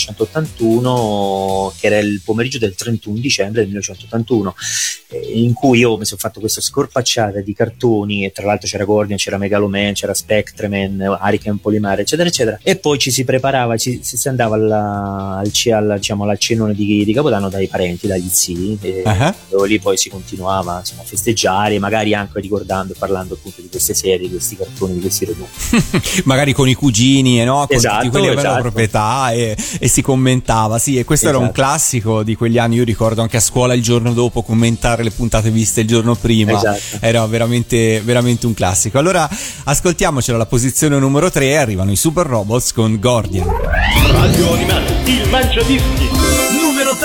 1981, che era il pomeriggio del 31 dicembre del 1981, in cui io mi sono fatto questa scorpacciata di cartoni, e tra l'altro c'era Gordian, c'era Megaloman, c'era Spectreman, Hurricane Polymare, eccetera eccetera, e poi ci si preparava, si andava al cenone di Capodanno dai parenti, dagli zii, e dove lì poi si continuava, insomma, a festeggiare, magari anche ricordando e parlando appunto di queste serie, di questi cartoni, di questi robot. Magari con i cugini, no? Con tutti quelli che avevano la esatto. proprietà, e si commentava. Sì, e questo era un classico di quegli anni. Io ricordo anche a scuola il giorno dopo commentare le puntate viste il giorno prima. Esatto. Era veramente, veramente un classico. Allora ascoltiamocelo, alla posizione numero 3 arrivano i Super Robots con Gordian. Radio Animati, il Mangiadischi. Numero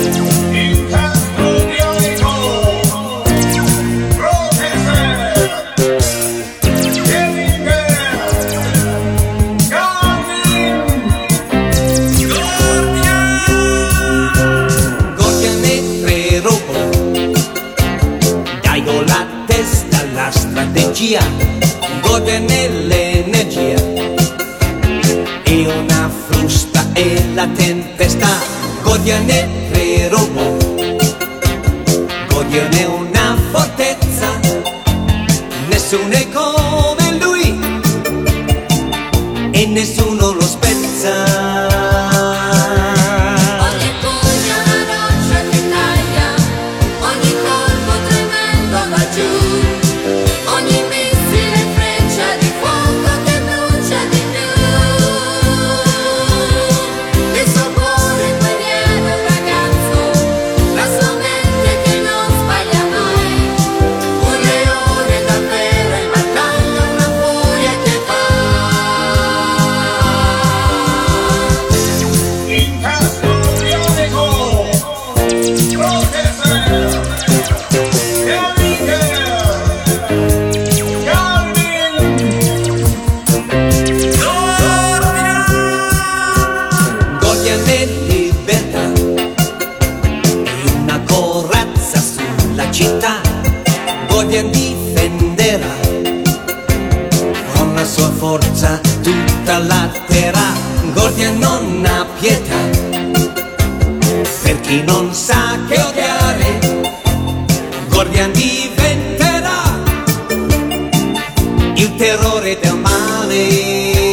3. Gordian nell'energia e una frusta e la tempesta. Gordian è 3 robot, Gordian è una fortezza, nessuno è come lui e nessuno lo spezza. Gordian difenderà con la sua forza tutta la terra. Gordian non ha pietà per chi non sa che odiare. Gordian diventerà il terrore del male.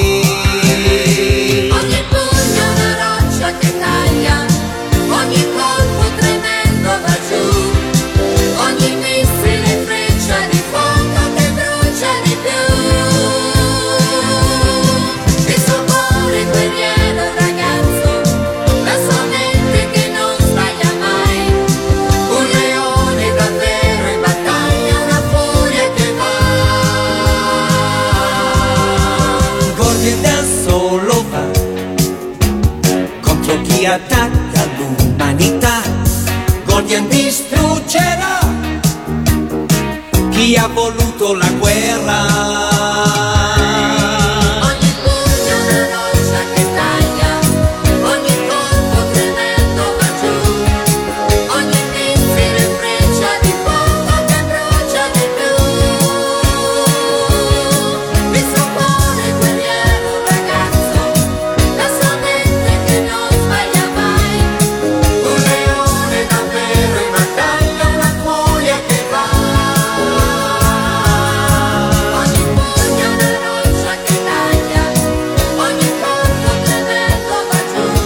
Attacca l'umanità, Gordian distruggerà chi ha voluto la guerra. Ogni pugno è una roccia che taglia, ogni colpo tremendo va giù,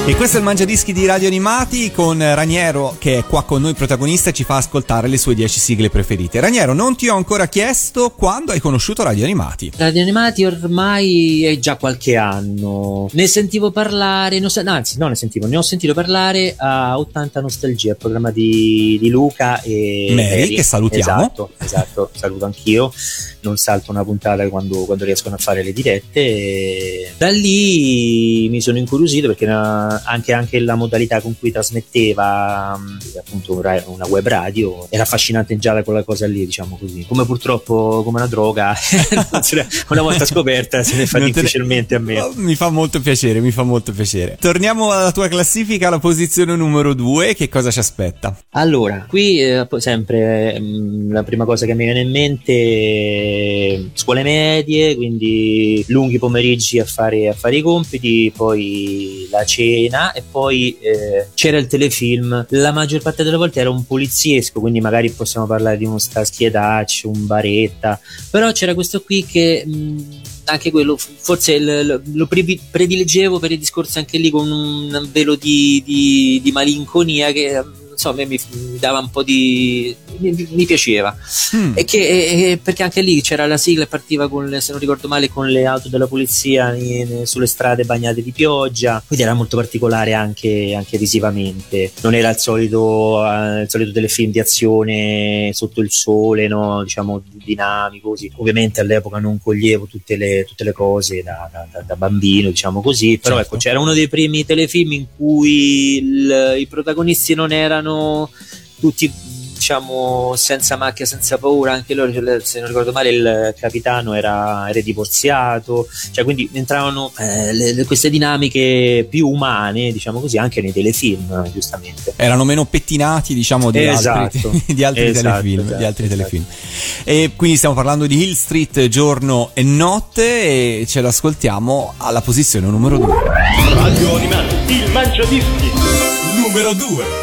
E questo è il Mangiadischi di Radio Animati con Raniero che è qua con noi protagonista e ci fa ascoltare le sue 10 sigle preferite. Raniero, non ti ho ancora chiesto quando hai conosciuto Radio Animati. Radio Animati ormai è già qualche anno. Ne sentivo parlare, ne ho sentito parlare a 80 Nostalgia, il programma di Luca e Mary, che salutiamo. Esatto, saluto anch'io. Non salto una puntata quando riescono a fare le dirette. E da lì mi sono incuriosito perché anche la modalità con cui trasmetteva, appunto una web radio, era affascinante già quella cosa lì, diciamo così. Come purtroppo come una droga una volta scoperta se ne fa difficilmente a me. Mi fa molto piacere. Torniamo alla tua classifica, alla posizione numero 2. Che cosa ci aspetta? Allora, qui sempre la prima cosa che mi viene in mente, scuole medie, quindi lunghi pomeriggi a fare i compiti, poi la cena e poi c'era il telefilm. La maggior parte delle volte era un poliziesco, quindi magari possiamo parlare di uno Starsky e Hutch, un Baretta, però c'era questo qui che anche quello forse lo predilegevo per i discorsi anche lì con un velo di malinconia che insomma mi dava un po' mi piaceva. E perché anche lì c'era la sigla e partiva se non ricordo male con le auto della polizia sulle strade bagnate di pioggia, quindi era molto particolare anche visivamente. Non era il solito telefilm di azione sotto il sole, no? Diciamo dinamico così. Ovviamente all'epoca non coglievo tutte le cose da bambino, diciamo così, però certo. Ecco, c'era uno dei primi telefilm in cui i protagonisti non erano tutti, diciamo, senza macchia, senza paura. Anche loro, se non ricordo male, il capitano era divorziato, cioè quindi entravano queste dinamiche più umane, diciamo così, anche nei telefilm, giustamente. Erano meno pettinati, diciamo, di altri telefilm. E quindi stiamo parlando di Hill Street, giorno e notte, e ce l'ascoltiamo alla posizione numero 2. Radio Animati, il Mangiadischi numero 2.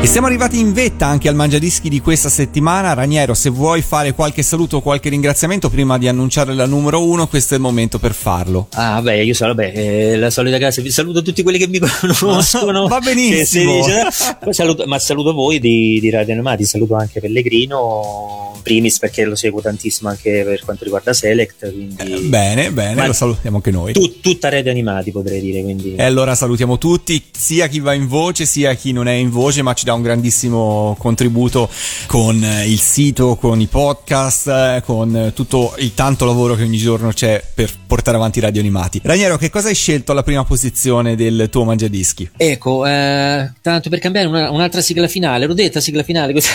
siamo arrivati in vetta anche al Mangiadischi di questa settimana. Raniero, se vuoi fare qualche saluto o qualche ringraziamento prima di annunciare la numero 1, questo è il momento per farlo. Vabbè, io so, la solita casa, vi saluto tutti quelli che mi conoscono. Va benissimo. Saluto voi di Radio Animati, saluto anche Pellegrino primis, perché lo seguo tantissimo anche per quanto riguarda Select, quindi bene, lo salutiamo anche noi. Tutta Radio Animati, potrei dire, quindi. E allora salutiamo tutti, sia chi va in voce sia chi non è in voce, ma ci dà un grandissimo contributo con il sito, con i podcast, con tutto il tanto lavoro che ogni giorno c'è per portare avanti Radio Animati. Raniero, che cosa hai scelto alla prima posizione del tuo Mangiadischi? Ecco, tanto per cambiare un'altra sigla finale, l'ho detta sigla finale così.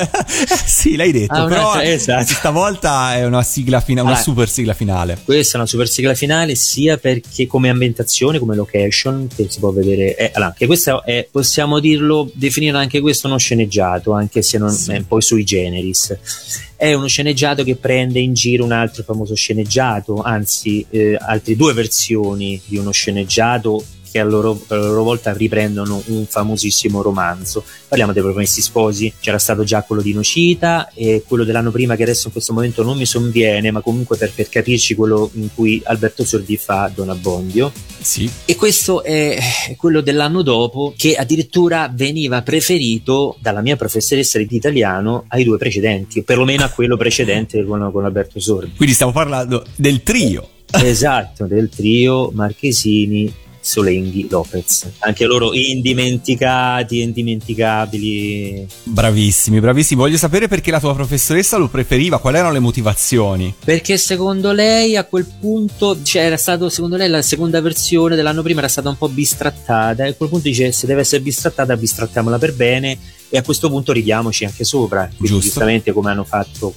Sì, l'hai detto, però esatto. Stavolta è una sigla finale, una super sigla finale. Questa è una super sigla finale, sia perché come ambientazione, come location, che si può vedere, che questo è, possiamo dirlo, definire anche questo uno sceneggiato, anche se non è un po' sui generis. È uno sceneggiato che prende in giro un altro famoso sceneggiato, anzi altre due versioni di uno sceneggiato che a loro volta riprendono un famosissimo romanzo. Parliamo dei Promessi Sposi. C'era stato già quello di Nocita e quello dell'anno prima, che adesso in questo momento non mi sovviene, ma comunque per capirci, quello in cui Alberto Sordi fa Don Abbondio. Sì. E questo è quello dell'anno dopo, che addirittura veniva preferito dalla mia professoressa di italiano ai due precedenti, perlomeno a quello precedente con Alberto Sordi. Quindi stiamo parlando del trio. Esatto, del trio Marchesini, Solenghi, Lopez, anche loro indimenticati e indimenticabili. Bravissimi. Voglio sapere perché la tua professoressa lo preferiva, quali erano le motivazioni? Perché secondo lei a quel punto, era stato, secondo lei la seconda versione dell'anno prima era stata un po' bistrattata, e a quel punto dice: se deve essere bistrattata, bistrattiamola per bene, e a questo punto ridiamoci anche sopra. Quindi giustamente come ha fatto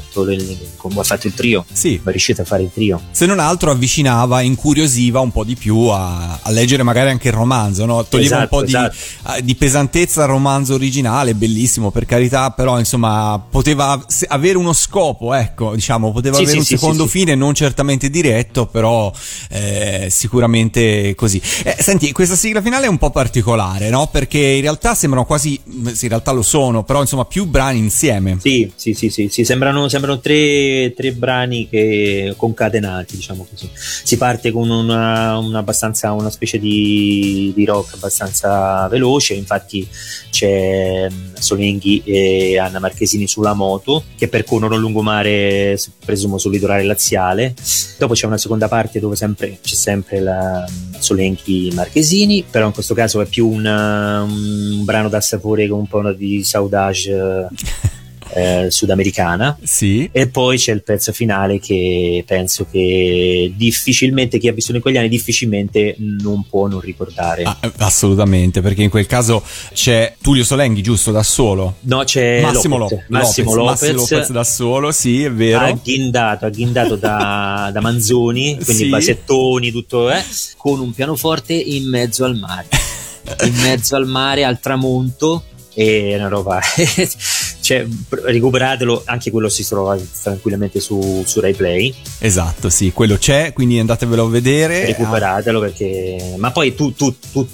il trio. Sì, è riuscito a fare il trio. Se non altro avvicinava, incuriosiva un po' di più a leggere magari anche il romanzo, no? Toglieva un po' di pesantezza al romanzo originale, bellissimo per carità, però insomma poteva avere uno scopo, ecco, diciamo, poteva avere un secondo fine, non certamente diretto, però sicuramente così. Senti, questa sigla finale è un po' particolare, no? Perché in realtà sembrano quasi, in realtà lo sono, però insomma più brani insieme. Sì, sembrano tre brani che concatenati, diciamo così. Si parte con una specie di rock abbastanza veloce, infatti c'è Solenghi e Anna Marchesini sulla moto che percorrono il lungomare, presumo sul litorale laziale. Dopo c'è una seconda parte dove c'è sempre la Solenghi Marchesini, però in questo caso è più un brano da sapore con un po' di saudade sudamericana. Sì. E poi c'è il pezzo finale che penso che difficilmente chi ha vissuto in quegli anni difficilmente non può non ricordare. Assolutamente, perché in quel caso c'è Tullio Solenghi, giusto, da solo? No, c'è Massimo Lopez da solo, sì, è vero, agghindato da Manzoni, quindi sì. Basettoni, tutto, con un pianoforte in mezzo al mare al tramonto, e una roba cioè, recuperatelo, anche quello si trova tranquillamente su Rai Play. Esatto, sì, quello c'è, quindi andatevelo a vedere, recuperatelo, perché ma poi tutto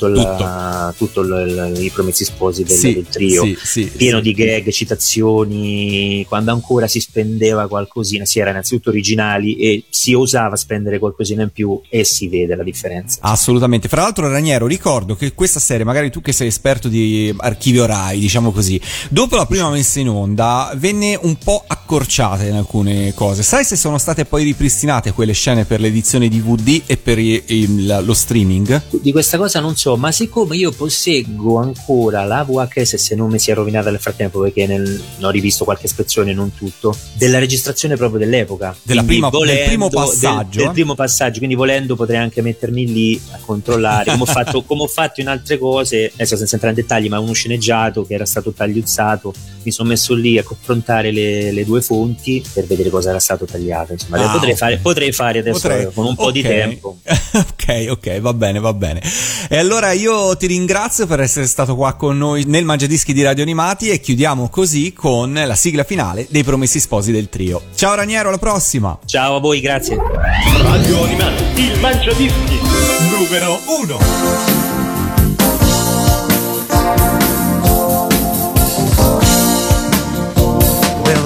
i Promessi Sposi del trio, pieno di gag, citazioni, quando ancora si spendeva qualcosina, si era innanzitutto originali e si osava spendere qualcosina in più, e si vede la differenza. Assolutamente. Fra l'altro, Raniero, ricordo che questa serie, magari tu che sei esperto di archivio Rai, diciamo così, dopo la prima messa in onda venne un po' accorciata in alcune cose. Sai se sono state poi ripristinate quelle scene per l'edizione DVD e per lo streaming? Di questa cosa non so, ma siccome io posseggo ancora la VHS, se non mi si è rovinata nel frattempo, perché ho rivisto qualche spezzone, non tutto, della registrazione proprio dell'epoca, del primo passaggio, del primo passaggio, quindi volendo potrei anche mettermi lì a controllare come ho fatto in altre cose, adesso senza entrare in dettagli, ma uno sceneggiato che era stato tagliuzzato, mi sono messo lì a confrontare le due fonti per vedere cosa era stato tagliato, insomma. Potrei fare adesso con un po' di tempo. ok, va bene. E allora io ti ringrazio per essere stato qua con noi nel Mangiadischi di Radio Animati, e chiudiamo così con la sigla finale dei Promessi Sposi del trio. Ciao Raniero, alla prossima. Ciao a voi, grazie. Radio Animati, il Mangiadischi numero 1.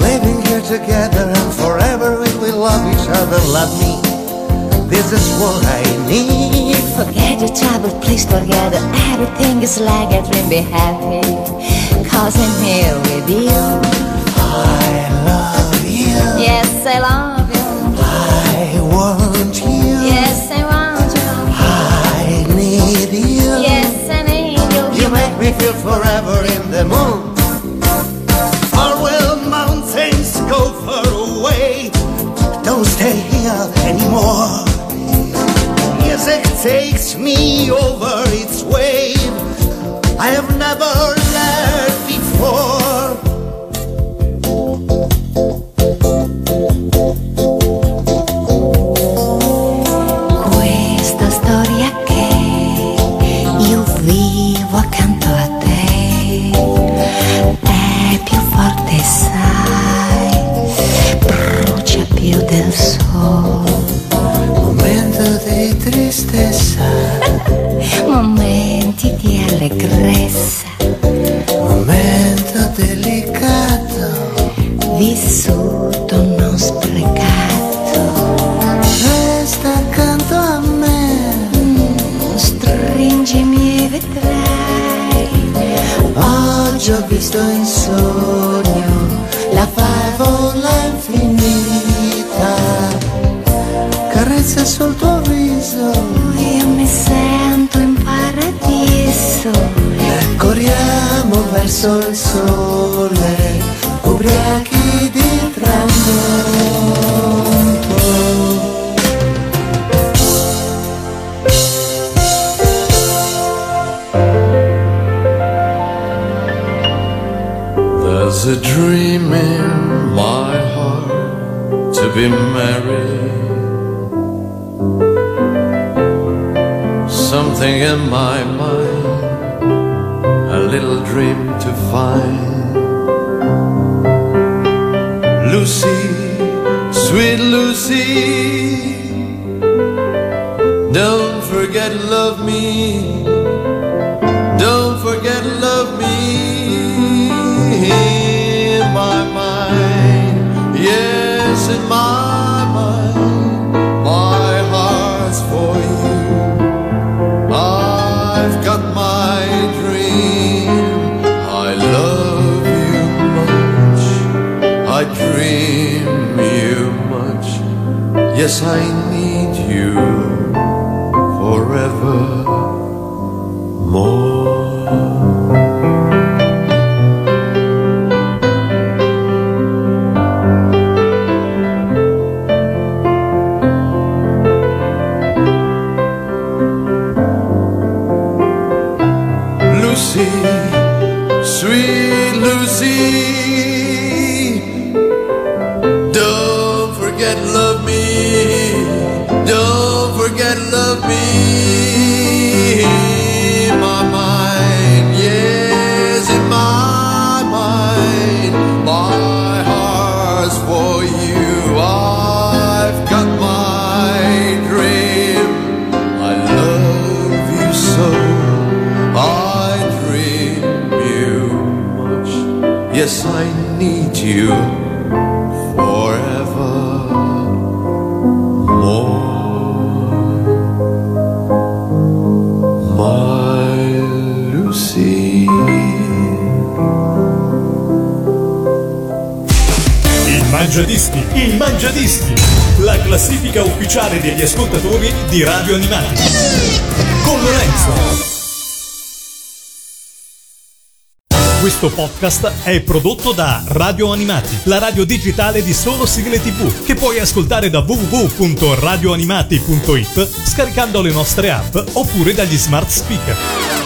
living here together and forever we will love each other. Love me, this is what I need. Forget your trouble, please forget it. Everything is like a dream, be happy, 'cause I'm here with you. I love you. Yes, I love you. I want you. Yes, I want you. I need you. Yes, I need you. You make me feel forever in the moon. Farewell mountains, go far away. Don't stay here anymore. Music takes me over its wave. I have never learned before. Questa storia che io vivo accanto a te è più forte, sai, brucia più del sole. Momento di tristezza, Momenti di allegrezza, momento delicato, vissuto non sprecato. resta accanto a me. Stringimi e vedrai. Oggi ho visto in sogno la favola infinita, carezza sul tuo viso, Io mi sento in paradiso. corriamo verso il sole, ubriachi di tramonto. There's a dream in my heart to be married. Something in my mind, a little dream to find. Lucy, sweet Lucy, don't forget love me. Don't forget love me. In my mind, yes, in my mind, my heart's for you. I've got my dream. I love you much. I dream you much. Yes, I need you forever more. Lucy, sweet Lucy, don't forget love me. Don't forget love me. In my mind, yes, in my mind, my heart's for you. I've got my dream. I love you so. I dream you much. Yes, I need you forever more. My Lucy. Il Mangiadischi, la classifica ufficiale degli ascoltatori di Radio Animati. Con Lorenzo. Questo podcast è prodotto da Radio Animati, la radio digitale di solo sigle TV, che puoi ascoltare da www.radioanimati.it scaricando le nostre app oppure dagli smart speaker.